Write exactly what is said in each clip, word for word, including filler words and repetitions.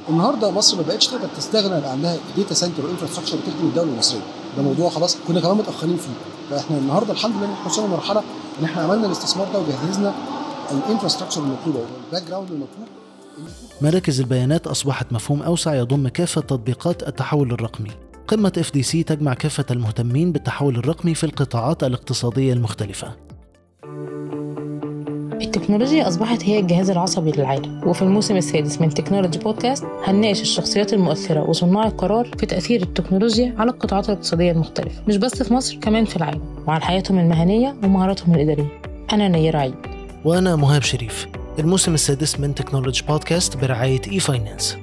النهارده مصر ما بقتش تقدر تستغنى عن عندها داتا سنتر وانفراستراكشر بتخدم الدوله المصريه. ده موضوع خلاص كنا كمان متاخرين فيه. فاحنا النهارده الحمد لله احنا وصلنا لمرحله ان احنا عملنا الاستثمار ده وجهزنا الانفراستراكشر المطلوبه والباك جراوند المطلوب. مراكز البيانات أصبحت مفهوم أوسع يضم كافة تطبيقات التحول الرقمي. قمة إف دي سي تجمع كافة المهتمين بالتحول الرقمي في القطاعات الاقتصادية المختلفة. التكنولوجيا أصبحت هي الجهاز العصبي للعالم، وفي الموسم السادس من تكنولوجي بودكاست هنناقش الشخصيات المؤثرة وصناع القرار في تأثير التكنولوجيا على القطاعات الاقتصادية المختلفة، مش بس في مصر كمان في العالم، وعلى حياتهم المهنية ومهاراتهم الإدارية. أنا نيرة عيد. وأنا مهاب شريف. الموسم السادس من تكنولوجي بودكاست برعاية إي فاينانس.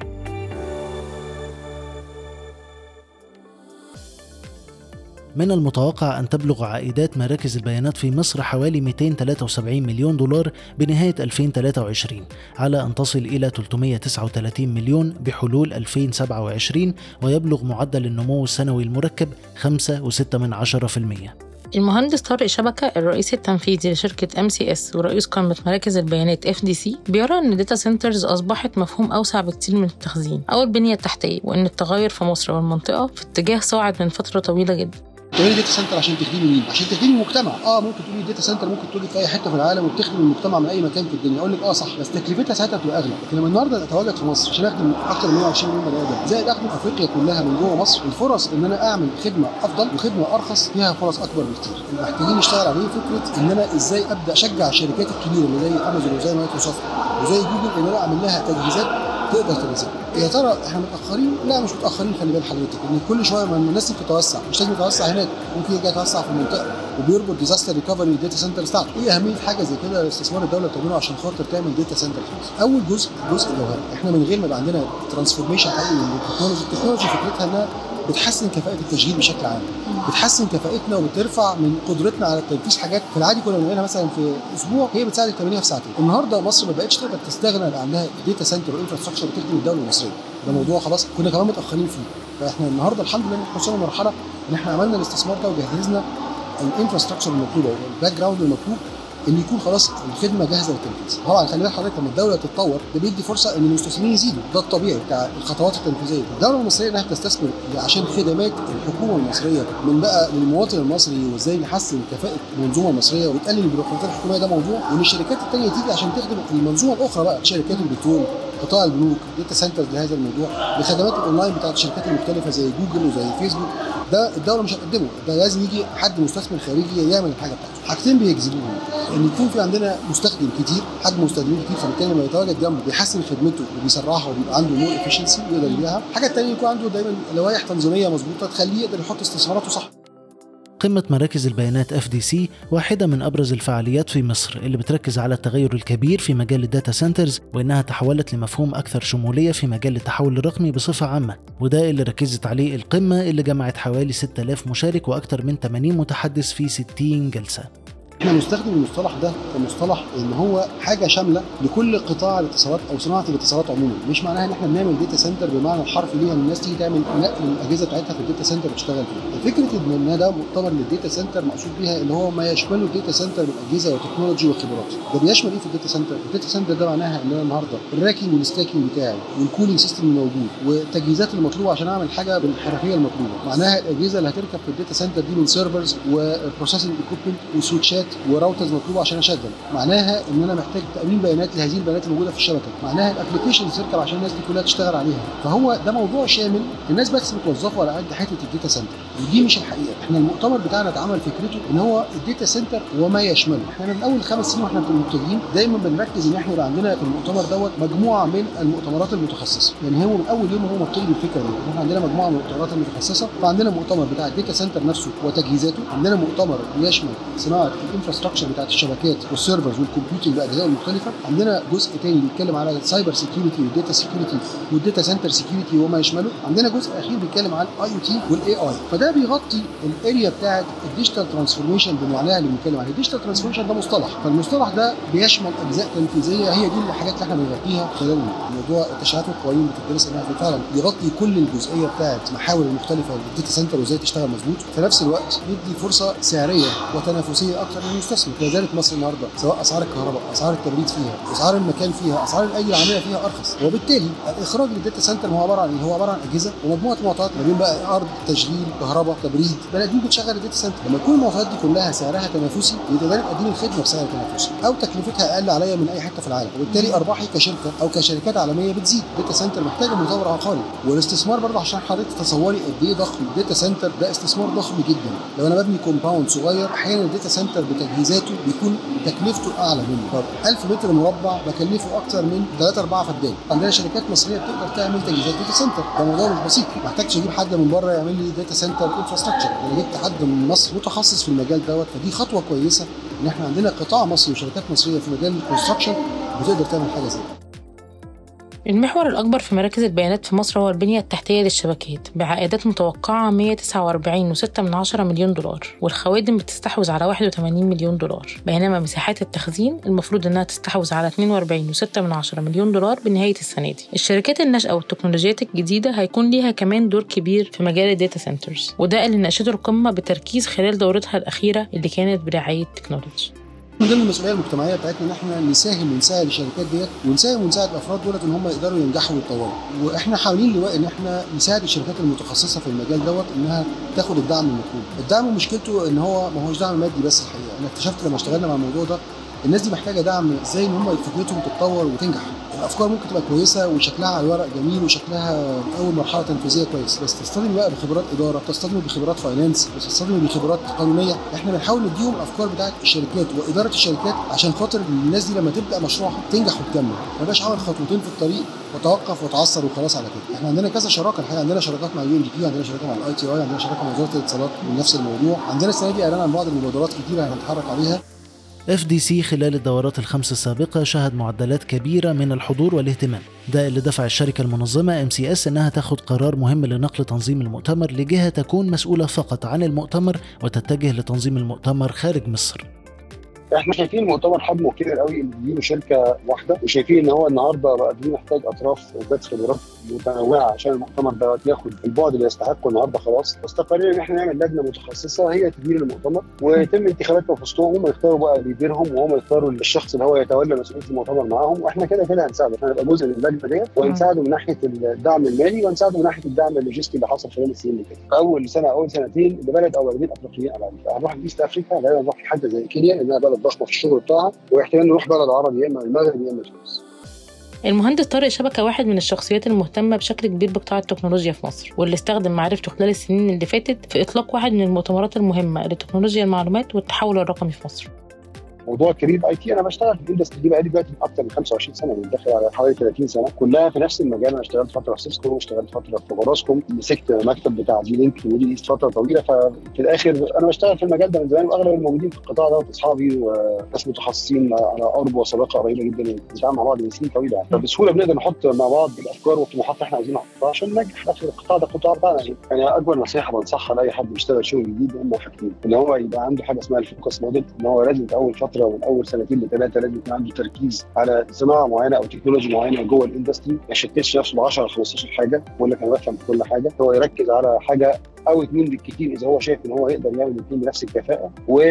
من المتوقع أن تبلغ عائدات مراكز البيانات في مصر حوالي مئتين وثلاثة وسبعين مليون دولار بنهاية ألفين وثلاثة وعشرين، على أن تصل إلى ثلاثمئة وتسعة وثلاثين مليون بحلول ألفين وسبعة وعشرين، ويبلغ معدل النمو السنوي المركب خمسة فاصلة ستة بالمئة. المهندس طارق شبكة الرئيس التنفيذي لشركة إم سي إس ورئيس قائمة مراكز البيانات إف دي سي بيرى أن الداتا سنترز أصبحت مفهوم أوسع بكتير من التخزين أو البنية التحتية، وأن التغير في مصر والمنطقة في اتجاه صاعد من فترة طويلة جدا. تقولي داتا سنتر عشان تخدمي مين؟ عشان تخدمي المجتمع. اه ممكن تقولي داتا سنتر ممكن تقولي في اي حته في العالم وبتخدم المجتمع من اي مكان في الدنيا، اقول لك اه صح، بس تكلفتها ساعتها بتبقى اغلى. لكن لما النهارده اتواجد في مصر عشان اخدم اكثر من مئة وعشرين مليون بني ادم، زائد اخدم افريقيا كلها من جوه مصر، الفرص ان انا اعمل خدمه افضل وخدمه ارخص فيها فرص اكبر بكتير. محتاجين نشتغل عليه فكره ان انا ازاي ابدا اشجع الشركات الكبيره اللي زي امازون وزي مايكروسوفت وزي جوجل ان انا اعمل لها تجهيزات تقدر تناسبها. يا ترى احنا متاخرين؟ لا مش متاخرين، خلي بال حضرتك ان كل شويه ما الناس تتوسع، مش لازم تتوسع هناك، ممكن يجي يتوسع في المنطقه وبيربط ديزاستر ريكفري الداتا سنتر بتاعته. ايه اهميه حاجه زي كده استثمار الدوله بتعمله عشان خاطر تعمل داتا سنتر؟ اول جزء جزء الجوهري. احنا من غير ما يبقى عندنا ترانسفورميشن حقيقي للتكنولوجي، التكنولوجي فكرتها انها بتحسن كفاءه التشغيل بشكل عام، بتحسن كفاءتنا وبترفع من قدرتنا على تنفيذ حاجات في العادي كنا بنعملها مثلا في اسبوع هي بتساعدك تعمليها في ساعتين. النهارده مصر ما بقتش تقدر تستغنى عن عندها داتا سنتر وانفراستراكشر بتخدم الدوله المصريه. ده موضوع خلاص كنا كمان متاخرين فيه. فاحنا النهارده الحمد لله احنا وصلنا لمرحله ان احنا عملنا الاستثمار ده وجهزنا الانفراستراكشر المطلوبه والباك جراوند المطلوب ان يكون خلاص الخدمه جاهزه للتنفيذ. طبعا خلي بالك حضرتك لما الدوله تتطور ده بيدي فرصه ان المستثمرين يزيدوا، ده الطبيعي بتاع الخطوات التنفيذيه. الدوله المصريه انها تستثمر عشان خدمات الحكومه المصريه من بقى للمواطن المصري وازاي نحسن كفاءه المنظومه المصريه ونقلل البيروقراطيه الحكوميه، ده موضوع. وان الشركات الثانيه تيجي عشان تخدم المنظومه الاخرى بقى، شركات البترول، قطاع البنوك، داتا سنترز لهذا الموضوع، بخدمات الاونلاين بتاعت الشركات المختلفه زي جوجل وزي فيسبوك. ده الدوله مش هتقدمه، ده لازم يجي حد مستثمر خارجي يعمل الحاجه بتاعته. حاجتين بيجذبوهم، ان يكون في عندنا مستخدم كتير، حجم مستخدمين كتير، فبالتالي لما يتواجد جنبه بيحسن خدمته وبيسرعها وبيبقى عنده مور افشنسي ويقدر يبيعها. الحاجه الثانيه يكون عنده دايما لوائح تنظيميه مظبوطه تخليه يقدر يحط استثماراته صح. قمة مراكز البيانات إف دي سي واحدة من أبرز الفعاليات في مصر اللي بتركز على التغير الكبير في مجال الداتا سنترز، وإنها تحولت لمفهوم أكثر شمولية في مجال التحول الرقمي بصفة عامة، وده اللي ركزت عليه القمة اللي جمعت حوالي ستة آلاف مشارك وأكثر من ثمانين متحدث في ستين جلسة. احنا بنستخدم المصطلح ده كمصطلح ان هو حاجه شامله لكل قطاع الاتصالات او صناعه الاتصالات عموما. مش معناها ان احنا بنعمل داتا سنتر بمعنى الحرفي ليها ان الناس تيجي تعمل نقل الاجهزه بتاعتها في الداتا سنتر وتشتغل فيها. فكره ان ده مؤتمر للداتا سنتر مقصود بيها اللي هو ما يشمله الداتا سنتر من اجهزه وتكنولوجي وخبرات. ده بيشمل ايه في الداتا سنتر؟ الداتا سنتر ده معناها ان انا النهارده الراكينج والستاكينج بتاعي والكولينج سيستم الموجود والتجهيزات المطلوبه عشان اعمل حاجه بالحرفيه المطلوبه. معناها الاجهزه اللي هتركب في الداتا سنتر دي من سيرفرز وبروسيسنج ايكويبمنت وسويتشات وراوترز مطلوبه عشان اشغل. معناها ان انا محتاج تامين بيانات لهذه البيانات الموجوده في الشبكه. معناها الابلكيشن تركب عشان الناس دي كلها تشتغل عليها. فهو ده موضوع شامل، الناس بس بتوظفه على قد حته الداتا سنتر، ودي مش الحقيقه. احنا المؤتمر بتاعنا اتعمل فكرته ان هو الداتا سنتر وما يشمله. احنا من اول خمس سنين واحنا مبتدئين دايما بنركز ان احنا يبقى عندنا في المؤتمر دوت مجموعه من المؤتمرات المتخصصه. يعني هو من اول يوم هو مبتدئ بالفكره دي. احنا عندنا مجموعه من المؤتمرات المتخصصه، فعندنا مؤتمر بتاع الداتا سنتر نفسه وتجهيزاته، عندنا مؤتمر بيشمل صناعه الانفراستراكشر بتاعت الشبكات والسيرفرز والكمبيوتنج باجزائه المختلفه، عندنا جزء تاني بيتكلم على السايبر سيكيورتي والداتا سيكيورتي والداتا سنتر سيكيورتي وما يشمله، عندنا جزء اخير بيتكلم على الاي او تي والاي اي. فده بيغطي الاريا بتاعت الديجيتال ترانسفورميشن بمعناها اللي بنتكلم عليه. الديجيتال ترانسفورميشن ده مصطلح، فالمصطلح ده بيشمل اجزاء تنفيذيه، هي دي الحاجات اللي احنا بنغطيها خلال موضوع التشريعات والقوانين بتدرس انها فعلا يغطي كل الجزئيه بتاعت المحاور المختلفه للداتا سنتر وازاي تشتغل مظبوط، في نفس الوقت يدي فرصه سعريه وتنافسيه اكتر للمستثمر. لا زالت مصر النهارده سواء اسعار الكهرباء، اسعار التبريد فيها، اسعار المكان فيها، اسعار اي العمليه فيها ارخص، وبالتالي الاخراج للداتا سنتر هو عباره عن هو عباره عن اجهزه ومجموعه معطيات ما بين بقى ارض، تشغيل، كهرباء، تبريد، بني ادمين بتشغل الداتا سنتر. لما تكون المعطيات دي كلها سعرها تنافسي يبقى ده تقديم الخدمه بسعر تنافسي او تكلفتها اقل عليا من اي حته في العالم، وبالتالي ارباحي كشركه او كشركات عالميه بتزيد. الداتا سنتر محتاجه مطور عقاري، والاستثمار برضه عشان حضرتك تصوري قد ايه ضخم الداتا سنتر ده، استثمار ضخم جدا. لو انا ببني كومباوند صغير احيانا الداتا سنتر بتجهيزاته بيكون تكلفته اعلى منه. طب ألف متر مربع بكلفه اكتر من ثلاثة أربعة فدان. عندنا شركات مصريه بتقدر تعمل تجهيزات داتا سنتر، ده موضوع مش بسيط، ما محتاجش اجيب حد من بره يعمل لي داتا سنتر انفراستراكشر، انا جبت حد من مصر متخصص في المجال دوت. فدي خطوه كويسه ان احنا عندنا قطاع مصري وشركات مصريه في مجال الكونستراكشن بتقدر تعمل حاجه زي كده. المحور الأكبر في مراكز البيانات في مصر هو البنية التحتية للشبكات بعائدات متوقعة مية وتسعة وأربعين فاصلة ستة مليون دولار، والخوادم بتستحوذ على واحد وثمانين مليون دولار، بينما مساحات التخزين المفروض أنها تستحوذ على اثنين وأربعين فاصلة ستة مليون دولار بنهاية السنة دي. الشركات الناشئة والتكنولوجيات الجديدة هيكون ليها كمان دور كبير في مجال الداتا سنترز، وده اللي ناقشته القمة بتركيز خلال دورتها الأخيرة اللي كانت برعاية تكنولوجي. من ضمن المسؤوليه المجتمعيه بتاعتنا ان احنا نساهم ونساعد الشركات ديت ونساهم ونساعد الافراد دولت ان هم يقدروا ينجحوا ويتطوروا، واحنا حاولين لواء ان احنا نساعد الشركات المتخصصه في المجال دوت انها تاخد الدعم المطلوب. الدعم مشكلته ان هو ما هوش دعم مادي بس، الحقيقه انا اكتشفت لما اشتغلنا مع الموضوع ده الناس دي محتاجه دعم ازاي ان هم فكرتهم تتطور وتنجح. الافكار ممكن تبقى كويسه وشكلها على الورق جميل وشكلها اول مرحله تنفيذيه كويس، بس تصطدم بقى بخبرات اداره، تصطدم بخبرات فاينانس، تصطدم بخبرات قانونيه. احنا بنحاول نديهم الافكار بتاعت الشركات واداره الشركات عشان خاطر الناس دي لما تبدا مشروعها تنجح وتكمل، ما يبقاش عمل خطوتين في الطريق وتوقف وتعثر وخلاص على كده. احنا عندنا كذا شراكه الحقيقه، عندنا شراكات مع اليو ان دي بي، عندنا شراكه مع الاي تي اي، عندنا شراكه مع وزاره الاتصالات من نفس الموضوع، عندنا السنه دي اعلان عن بعض المبادرات كتيره هنتحرك عليها. إف دي سي خلال الدورات الخمس السابقة شهد معدلات كبيرة من الحضور والاهتمام، ده اللي دفع الشركة المنظمة إم سي إس إنها تاخد قرار مهم لنقل تنظيم المؤتمر لجهة تكون مسؤولة فقط عن المؤتمر وتتجه لتنظيم المؤتمر خارج مصر. احنا شايفين المؤتمر حجمه كبير قوي ان تجيله شركه واحده، وشايفين ان هو النهارده بقى محتاج اطراف ذات خبرات متنوعه عشان المؤتمر ده ياخد البعد اللي يستحقه النهارده. خلاص استقرينا ان احنا نعمل لجنه متخصصه هي تدير المؤتمر ويتم انتخاباتهم في وسطهم، هم يختاروا بقى ليدرهم وهم يختاروا الشخص اللي هو يتولى مسؤوليه المؤتمر معاهم، واحنا كده كده هنساعده، احنا هنبقى جزء من اللجنه ديت ونساعده من ناحيه الدعم المالي ونساعده من ناحيه الدعم اللوجستي اللي حصل خلال السنين اللي فاتت. في اول سنه اول سنتين ببلد او بلدين افريقيين على العالم، هنروح ايست افريكا، غالبا نروح حاجه زي كينيا لانها بلد ضخمه في الشغل بتاعها، واحتمال نروح بلد عربي يا اما المغرب يا اما تونس. المهندس طارق شبكة واحد من الشخصيات المهتمة بشكل كبير بقطاع التكنولوجيا في مصر، واللي استخدم معرفته خلال السنين اللي فاتت في إطلاق واحد من المؤتمرات المهمة لتكنولوجيا المعلومات والتحول الرقمي في مصر. موضوع كارير اي تي، انا بشتغل في الاندستري دي بقالي دلوقتي اكتر من خمسة وعشرين سنه، من داخل على حوالي ثلاثين سنه كلها في نفس المجال. انا اشتغلت فتره في سيسكو واشتغلت فتره في فوراسكوم، مسكت مكتب بتاع دي لينك في ميدل ايست فتره طويله، ففي الاخر انا بشتغل في المجال ده من زمان، واغلب الموجودين في القطاع ده اصحابي وناس متخصصين على قرب وصداقه قريبه جدا، بنتعامل مع بعض من سنين طويله يعني. فبسهوله بنقدر نحط مع بعض الافكار والطموحات اللي احنا عايزين نحطها عشان ننجح في الاخر القطاع ده القطاع بتاعنا يعني. يعني اكبر نصيحه بنصحها لاي حد بيشتغل شغل جديد هم حاجتين، ان هو يبقى عنده حاجه اسمها الفوكس موديل، ان هو لازم في اول فتره ومن اول سنتين لثلاثه لازم يكون عنده تركيز على صناعه معينه او تكنولوجيا معينه جوه الاندستري، ما يشتتش نفسه ب عشرة خمستاشر حاجه ويقول لك انا بفهم في كل حاجه. هو يركز على حاجه او اثنين بالكثير اذا هو شايف ان هو يقدر يعمل الاثنين بنفس الكفاءه،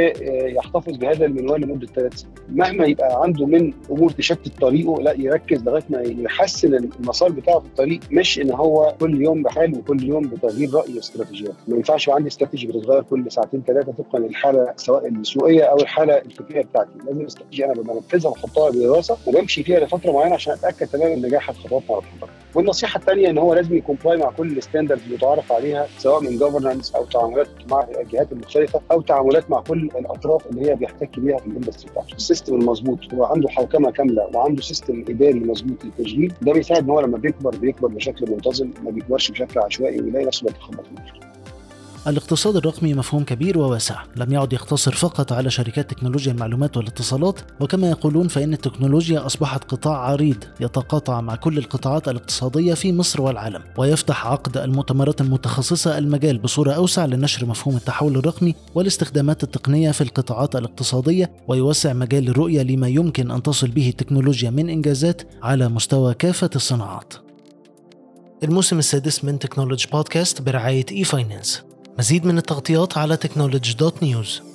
ويحتفظ بهذا المنوال لمده ثلاث سنين. مهما يبقى عنده من امور تشتت طريقه، لا يركز لغايه ما يحسن المسار بتاعه في الطريق، مش ان هو كل يوم بحال وكل يوم بتغيير راي واستراتيجيات. ما ينفعش يبقى عندي استراتيجي بتتغير كل ساعتين ثلاثه طبقا للحاله سواء السوقيه او الحاله الفكريه بتاعتي. لازم استراتيجي انا بنفذها وبحطها بدراسه وبمشي فيها لفتره معينه عشان اتاكد تماما من نجاح الخطوات مع الخطوات. والنصيحه الثانيه ان هو لازم يكومبلاي مع كل الستاندردز اللي متعارف عليها، سواء من جوفرنانس او تعاملات مع الجهات المختلفه او تعاملات مع كل الاطراف اللي هي بيحتك بيها في الاندستري بتاعته. السيستم المظبوط هو عنده حوكمه كامله وعنده سيستم اداري مظبوط للتشغيل، ده بيساعد ان هو لما بيكبر بيكبر بشكل منتظم، ما بيكبرش بشكل عشوائي ويلاقي نفسه بيتخبط في المشكله. الاقتصاد الرقمي مفهوم كبير وواسع، لم يعد يقتصر فقط على شركات تكنولوجيا المعلومات والاتصالات، وكما يقولون فإن التكنولوجيا أصبحت قطاع عريض يتقاطع مع كل القطاعات الاقتصادية في مصر والعالم، ويفتح عقد المؤتمرات المتخصصة المجال بصورة أوسع لنشر مفهوم التحول الرقمي والاستخدامات التقنية في القطاعات الاقتصادية، ويوسع مجال الرؤية لما يمكن أن تصل به التكنولوجيا من إنجازات على مستوى كافة الصناعات. الموسم السادس من تكنولوجي بودكاست برعاية إي فاينانس. مزيد من التغطيات على تكنولوجي دوت نيوز.